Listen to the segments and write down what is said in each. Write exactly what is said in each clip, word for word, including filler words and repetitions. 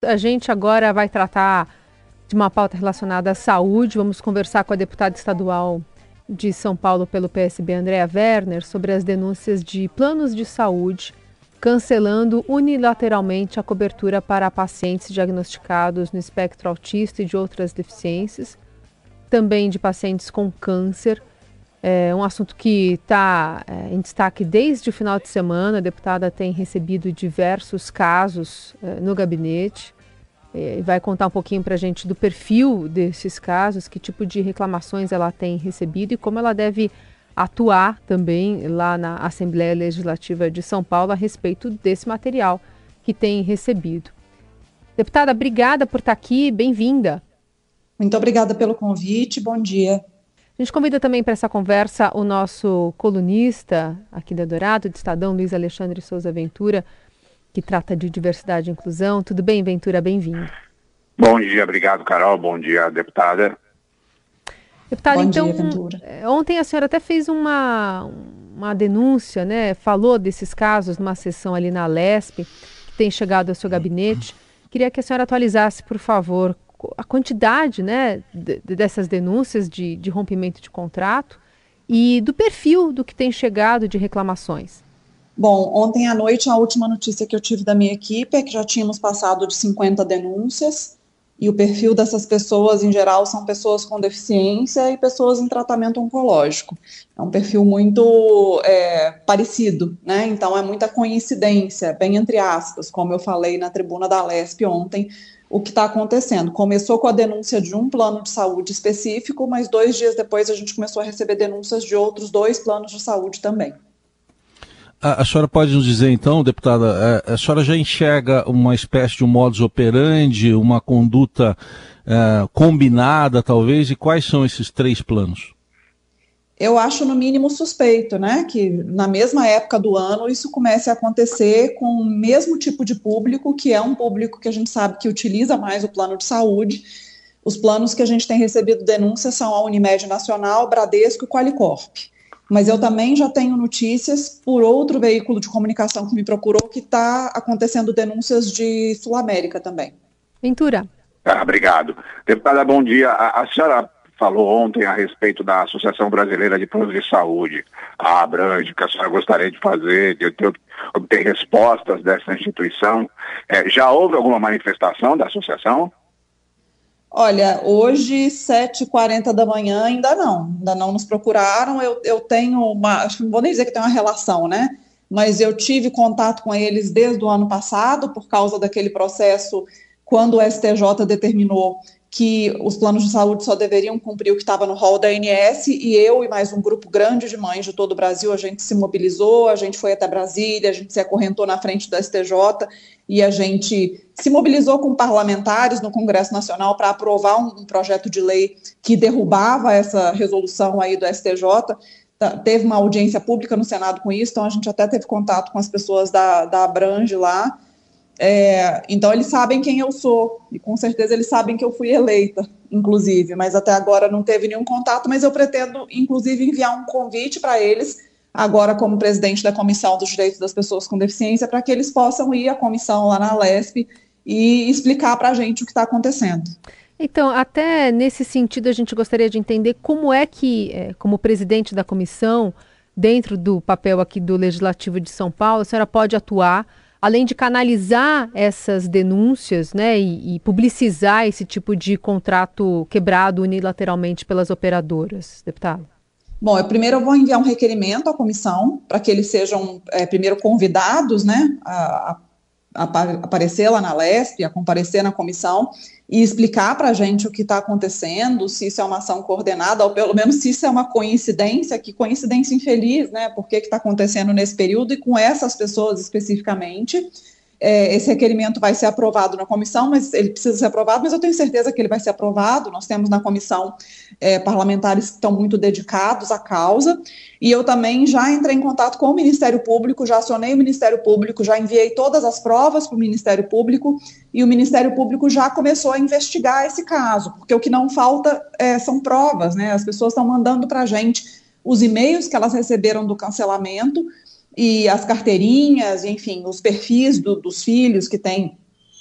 A gente agora vai tratar de uma pauta relacionada à saúde. Vamos conversar com a deputada estadual de São Paulo pelo P S B, Andréa Werner, sobre as denúncias de planos de saúde cancelando unilateralmente a cobertura para pacientes diagnosticados no espectro autista e de outras deficiências, também de pacientes com câncer. É um assunto que está é, em destaque desde o final de semana. A deputada tem recebido diversos casos é, no gabinete e vai contar um pouquinho para a gente do perfil desses casos, que tipo de reclamações ela tem recebido e como ela deve atuar também lá na Assembleia Legislativa de São Paulo a respeito desse material que tem recebido. Deputada, obrigada por estar aqui, bem-vinda. Muito obrigada pelo convite, bom dia. A gente convida também para essa conversa o nosso colunista aqui da Dourado, de Estadão, Luiz Alexandre Souza Ventura, que trata de diversidade e inclusão. Tudo bem, Ventura? Bem-vindo. Bom dia, obrigado, Carol. Bom dia, deputada. Deputada, Bom então, dia, Ventura. Ontem a senhora até fez uma, uma denúncia, né? Falou desses casos numa sessão ali na Lesp, que tem chegado ao seu gabinete. Queria que a senhora atualizasse, por favor, a quantidade, né, de, dessas denúncias de, de rompimento de contrato e do perfil do que tem chegado de reclamações. Bom, ontem à noite a última notícia que eu tive da minha equipe é que já tínhamos passado de cinquenta denúncias e o perfil dessas pessoas, em geral, são pessoas com deficiência e pessoas em tratamento oncológico. É um perfil muito é, parecido, né? Então é muita coincidência, bem entre aspas, como eu falei na tribuna da Lesp ontem, o que está acontecendo. Começou com a denúncia de um plano de saúde específico, mas dois dias depois a gente começou a receber denúncias de outros dois planos de saúde também. A, a senhora pode nos dizer então, deputada, a, a senhora já enxerga uma espécie de um modus operandi, uma conduta uh, combinada talvez, e quais são esses três planos? Eu acho no mínimo suspeito, né, que na mesma época do ano isso comece a acontecer com o mesmo tipo de público, que é um público que a gente sabe que utiliza mais o plano de saúde. Os planos que a gente tem recebido denúncias são a Unimed Nacional, Bradesco e Qualicorp. Mas eu também já tenho notícias por outro veículo de comunicação que me procurou que está acontecendo denúncias de Sul América também. Ventura. Ah, obrigado. Deputada, bom dia. A, a senhora falou ontem a respeito da Associação Brasileira de Planos de Saúde, a Abrange, que a senhora gostaria de fazer, de ter, obter respostas dessa instituição. É, já houve alguma manifestação da associação? Olha, hoje, sete e quarenta da manhã, ainda não. Ainda não nos procuraram. Eu, eu tenho uma, acho que não vou nem dizer que tem uma relação, né? Mas eu tive contato com eles desde o ano passado, por causa daquele processo, quando o S T J determinou que os planos de saúde só deveriam cumprir o que estava no rol da A N S, e eu e mais um grupo grande de mães de todo o Brasil, a gente se mobilizou, a gente foi até Brasília, a gente se acorrentou na frente do S T J, e a gente se mobilizou com parlamentares no Congresso Nacional para aprovar um, um projeto de lei que derrubava essa resolução aí do S T J. Teve uma audiência pública no Senado com isso, então a gente até teve contato com as pessoas da, da Abrange lá. É, então eles sabem quem eu sou, e com certeza eles sabem que eu fui eleita, inclusive, mas até agora não teve nenhum contato, mas eu pretendo, inclusive, enviar um convite para eles, agora como presidente da Comissão dos Direitos das Pessoas com Deficiência, para que eles possam ir à comissão lá na Lesp e explicar para a gente o que está acontecendo. Então, até nesse sentido, a gente gostaria de entender como é que, como presidente da comissão, dentro do papel aqui do Legislativo de São Paulo, a senhora pode atuar, além de canalizar essas denúncias, né, e, e publicizar esse tipo de contrato quebrado unilateralmente pelas operadoras, deputado? Bom, eu, primeiro eu vou enviar um requerimento à comissão para que eles sejam, é, primeiro, convidados, né, a, a, a aparecer lá na Lesp, a comparecer na comissão e explicar para a gente o que está acontecendo, se isso é uma ação coordenada, ou pelo menos se isso é uma coincidência, que coincidência infeliz, né, por que está acontecendo nesse período e com essas pessoas especificamente. É, esse requerimento vai ser aprovado na comissão, mas ele precisa ser aprovado, mas eu tenho certeza que ele vai ser aprovado. Nós temos na comissão é, parlamentares que estão muito dedicados à causa, e eu também já entrei em contato com o Ministério Público, já acionei o Ministério Público, já enviei todas as provas para o Ministério Público, e o Ministério Público já começou a investigar esse caso, porque o que não falta é, são provas, né? As pessoas estão mandando para a gente os e-mails que elas receberam do cancelamento, e as carteirinhas, enfim, os perfis do, dos filhos que têm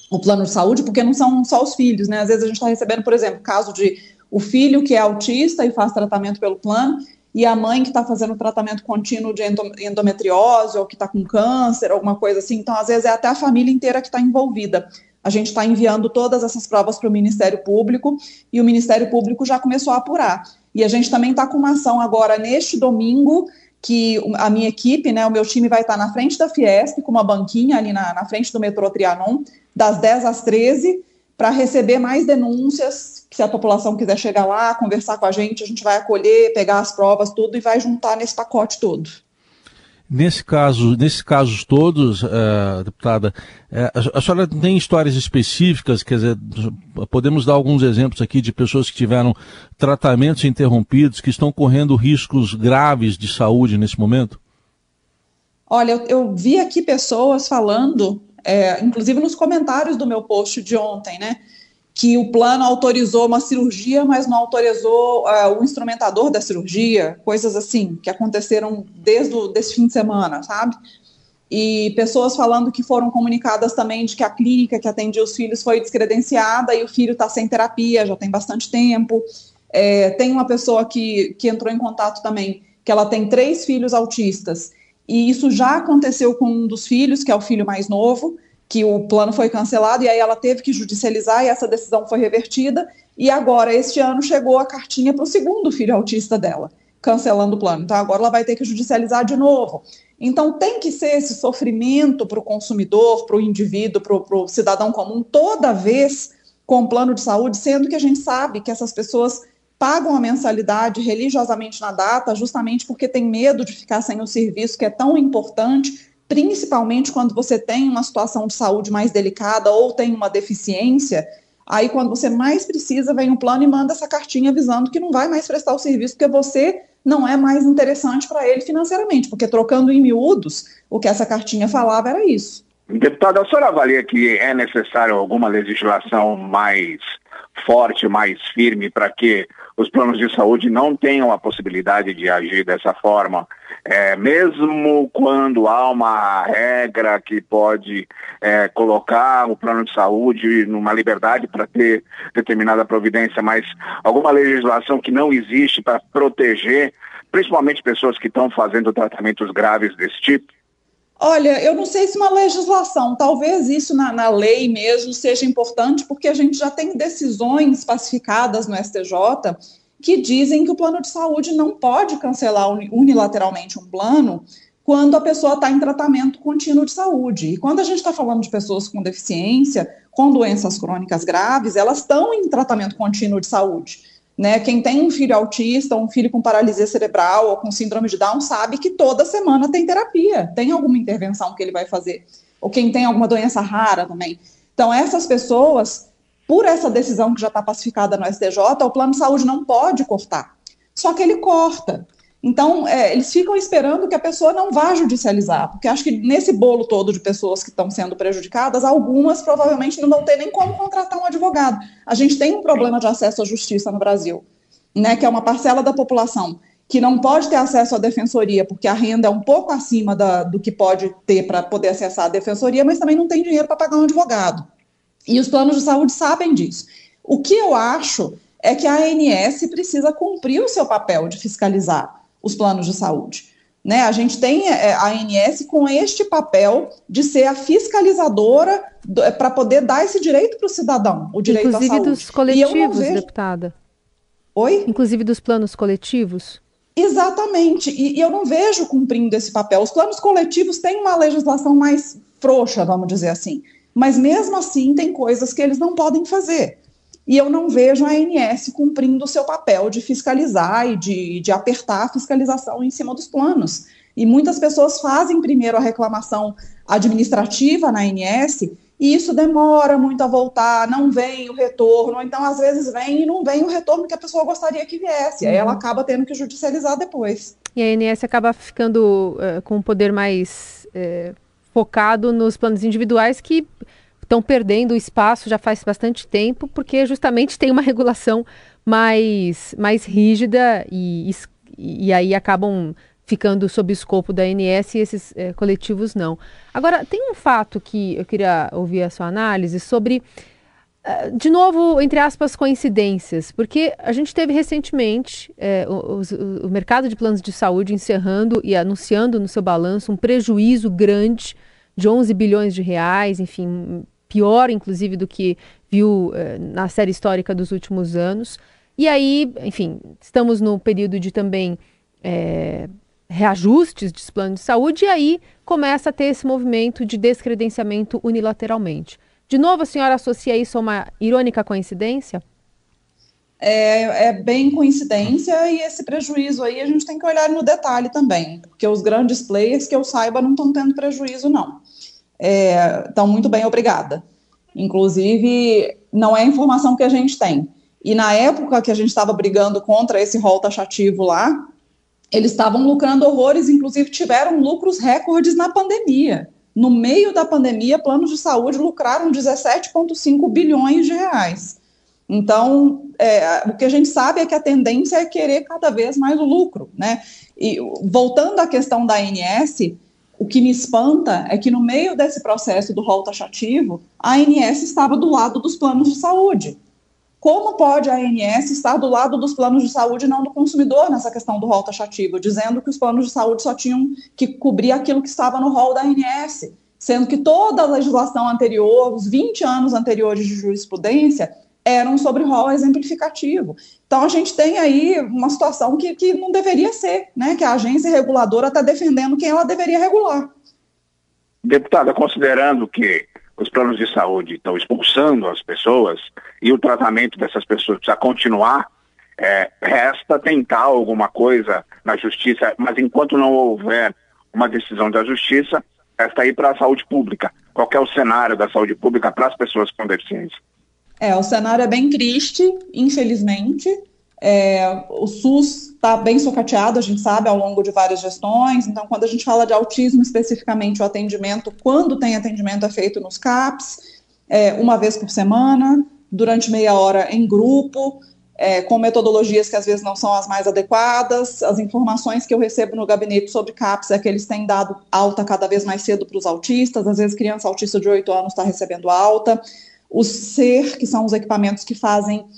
o plano de saúde, porque não são só os filhos, né? Às vezes a gente está recebendo, por exemplo, caso de o filho que é autista e faz tratamento pelo plano, e a mãe que está fazendo tratamento contínuo de endometriose, ou que está com câncer, alguma coisa assim. Então, às vezes, é até a família inteira que está envolvida. A gente está enviando todas essas provas para o Ministério Público, e o Ministério Público já começou a apurar. E a gente também está com uma ação agora, neste domingo, que a minha equipe, né, o meu time vai estar na frente da Fiesp, com uma banquinha ali na, na frente do metrô Trianon, das dez às treze, para receber mais denúncias. Se a população quiser chegar lá, conversar com a gente, a gente vai acolher, pegar as provas, tudo, e vai juntar nesse pacote todo. Nesse caso, nesses casos todos, uh, deputada, uh, a, a senhora tem histórias específicas, quer dizer, podemos dar alguns exemplos aqui de pessoas que tiveram tratamentos interrompidos, que estão correndo riscos graves de saúde nesse momento? Olha, eu, eu vi aqui pessoas falando, é, inclusive nos comentários do meu post de ontem, né, que o plano autorizou uma cirurgia, mas não autorizou uh, o instrumentador da cirurgia, coisas assim, que aconteceram desde o, desse fim de semana, sabe? E pessoas falando que foram comunicadas também de que a clínica que atendia os filhos foi descredenciada e o filho está sem terapia, já tem bastante tempo. É, tem uma pessoa que, que entrou em contato também, que ela tem três filhos autistas, e isso já aconteceu com um dos filhos, que é o filho mais novo, que o plano foi cancelado, e aí ela teve que judicializar, e essa decisão foi revertida, e agora, este ano, chegou a cartinha para o segundo filho autista dela, cancelando o plano. Então, agora ela vai ter que judicializar de novo. Então, tem que ser esse sofrimento para o consumidor, para o indivíduo, para o cidadão comum, toda vez com o plano de saúde, sendo que a gente sabe que essas pessoas pagam a mensalidade religiosamente na data, justamente porque tem medo de ficar sem o serviço que é tão importante, principalmente quando você tem uma situação de saúde mais delicada ou tem uma deficiência. Aí, quando você mais precisa, vem o plano e manda essa cartinha avisando que não vai mais prestar o serviço, porque você não é mais interessante para ele financeiramente, porque trocando em miúdos, o que essa cartinha falava era isso. Deputada, a senhora avalia que é necessário alguma legislação mais forte, mais firme, para que os planos de saúde não tenham a possibilidade de agir dessa forma, é, mesmo quando há uma regra que pode é, colocar o plano de saúde numa liberdade para ter determinada providência, mas alguma legislação que não existe para proteger, principalmente pessoas que estão fazendo tratamentos graves desse tipo? Olha, eu não sei se uma legislação, talvez isso na, na lei mesmo seja importante, porque a gente já tem decisões pacificadas no S T J que dizem que o plano de saúde não pode cancelar unilateralmente um plano quando a pessoa está em tratamento contínuo de saúde. E quando a gente está falando de pessoas com deficiência, com doenças crônicas graves, elas estão em tratamento contínuo de saúde. Né? Quem tem um filho autista, um filho com paralisia cerebral ou com síndrome de Down, sabe que toda semana tem terapia, tem alguma intervenção que ele vai fazer. Ou quem tem alguma doença rara também. Então, essas pessoas, por essa decisão que já está pacificada no S T J, o plano de saúde não pode cortar. Só que ele corta. Então, é, eles ficam esperando que a pessoa não vá judicializar, porque acho que nesse bolo todo de pessoas que estão sendo prejudicadas, algumas provavelmente não vão ter nem como contratar um advogado. A gente tem um problema de acesso à justiça no Brasil, né, que é uma parcela da população que não pode ter acesso à defensoria, porque a renda é um pouco acima da, do que pode ter para poder acessar a defensoria, mas também não tem dinheiro para pagar um advogado. E os planos de saúde sabem disso. O que eu acho é que a ANS precisa cumprir o seu papel de fiscalizar os planos de saúde. Né? A gente tem a ANS com este papel de ser a fiscalizadora para poder dar esse direito para o cidadão, o direito Inclusive à saúde. Dos coletivos, vejo... deputada. Oi? Inclusive dos planos coletivos. Exatamente, e, e eu não vejo cumprindo esse papel. Os planos coletivos têm uma legislação mais frouxa, vamos dizer assim, mas mesmo assim tem coisas que eles não podem fazer. E eu não vejo a ANS cumprindo o seu papel de fiscalizar e de, de apertar a fiscalização em cima dos planos. E muitas pessoas fazem primeiro a reclamação administrativa na ANS, e isso demora muito a voltar, não vem o retorno, então às vezes vem e não vem o retorno que a pessoa gostaria que viesse, uhum. Aí ela acaba tendo que judicializar depois. E a ANS acaba ficando uh, com um poder mais uh, focado nos planos individuais que estão perdendo espaço já faz bastante tempo, porque justamente tem uma regulação mais, mais rígida e, e aí acabam ficando sob o escopo da A N S e esses é, coletivos não. Agora, tem um fato que eu queria ouvir a sua análise sobre, de novo, entre aspas, coincidências, porque a gente teve recentemente é, o, o, o mercado de planos de saúde encerrando e anunciando no seu balanço um prejuízo grande de onze bilhões de reais, enfim, pior inclusive do que viu é, na série histórica dos últimos anos. E aí, enfim, estamos no período de também é, reajustes de planos de saúde e aí começa a ter esse movimento de descredenciamento unilateralmente. De novo, a senhora associa isso a uma irônica coincidência? É, é bem coincidência e esse prejuízo aí a gente tem que olhar no detalhe também, porque os grandes players, que eu saiba, não estão tendo prejuízo, não. Estão é, muito bem, obrigada. Inclusive, não é a informação que a gente tem. E na época que a gente estava brigando contra esse rol taxativo lá, eles estavam lucrando horrores, inclusive tiveram lucros recordes na pandemia. No meio da pandemia, planos de saúde lucraram dezessete vírgula cinco bilhões de reais. Então, é, o que a gente sabe é que a tendência é querer cada vez mais o lucro, né? E voltando à questão da A N S, o que me espanta é que no meio desse processo do rol taxativo, a A N S estava do lado dos planos de saúde. Como pode a A N S estar do lado dos planos de saúde e não do consumidor nessa questão do rol taxativo, dizendo que os planos de saúde só tinham que cobrir aquilo que estava no rol da A N S, sendo que toda a legislação anterior, os vinte anos anteriores de jurisprudência, eram sobre rol exemplificativo. Então, a gente tem aí uma situação que, que não deveria ser, né? Que a agência reguladora está defendendo quem ela deveria regular. Deputada, considerando que os planos de saúde estão expulsando as pessoas e o tratamento dessas pessoas precisa continuar, é, resta tentar alguma coisa na justiça, mas enquanto não houver uma decisão da justiça, resta ir para a saúde pública. Qual é o cenário da saúde pública para as pessoas com deficiência? É, o cenário é bem triste, infelizmente. É, o SUS está bem socateado, a gente sabe, ao longo de várias gestões. Então, quando a gente fala de autismo, especificamente, o atendimento, quando tem atendimento, é feito nos CAPs, é, uma vez por semana, durante meia hora em grupo, é, com metodologias que às vezes não são as mais adequadas. As informações que eu recebo no gabinete sobre CAPs é que eles têm dado alta cada vez mais cedo para os autistas, às vezes criança autista de oito anos está recebendo alta. Os S E R, que são os equipamentos que fazem,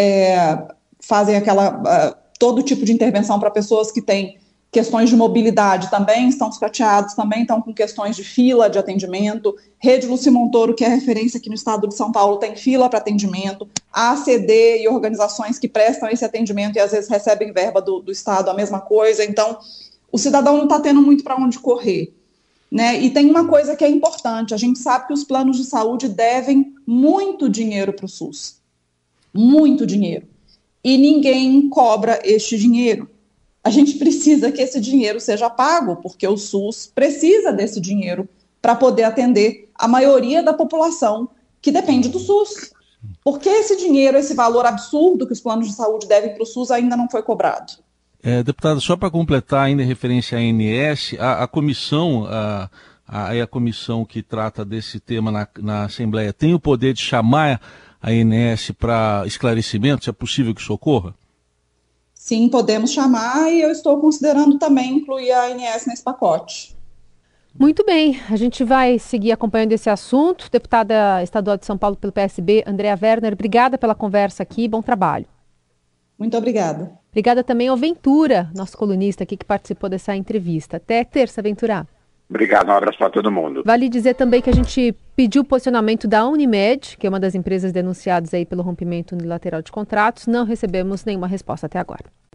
é, fazem aquela, uh, todo tipo de intervenção para pessoas que têm questões de mobilidade, também estão sucateados, também estão com questões de fila de atendimento. Rede Lúcia Montoro, que é referência aqui no estado de São Paulo, tem fila para atendimento. A A C D e organizações que prestam esse atendimento e às vezes recebem verba do, do estado, a mesma coisa. Então, o cidadão não está tendo muito para onde correr. Né? E tem uma coisa que é importante, a gente sabe que os planos de saúde devem muito dinheiro para o SUS, muito dinheiro, e ninguém cobra este dinheiro. A gente precisa que esse dinheiro seja pago, porque o SUS precisa desse dinheiro para poder atender a maioria da população que depende do SUS. Por que esse dinheiro, esse valor absurdo que os planos de saúde devem para o SUS ainda não foi cobrado? É, deputada, só para completar ainda em referência à A N S, a, a comissão, a, a, a comissão que trata desse tema na, na Assembleia tem o poder de chamar a A N S para esclarecimento, se é possível que isso ocorra? Sim, podemos chamar e eu estou considerando também incluir a A N S nesse pacote. Muito bem, a gente vai seguir acompanhando esse assunto. Deputada estadual de São Paulo pelo P S B, Andréa Werner, obrigada pela conversa aqui, bom trabalho. Muito obrigada. Obrigada também ao Ventura, nosso colunista aqui que participou dessa entrevista. Até terça, Ventura. Obrigado, um abraço para todo mundo. Vale dizer também que a gente pediu o posicionamento da Unimed, que é uma das empresas denunciadas aí pelo rompimento unilateral de contratos. Não recebemos nenhuma resposta até agora.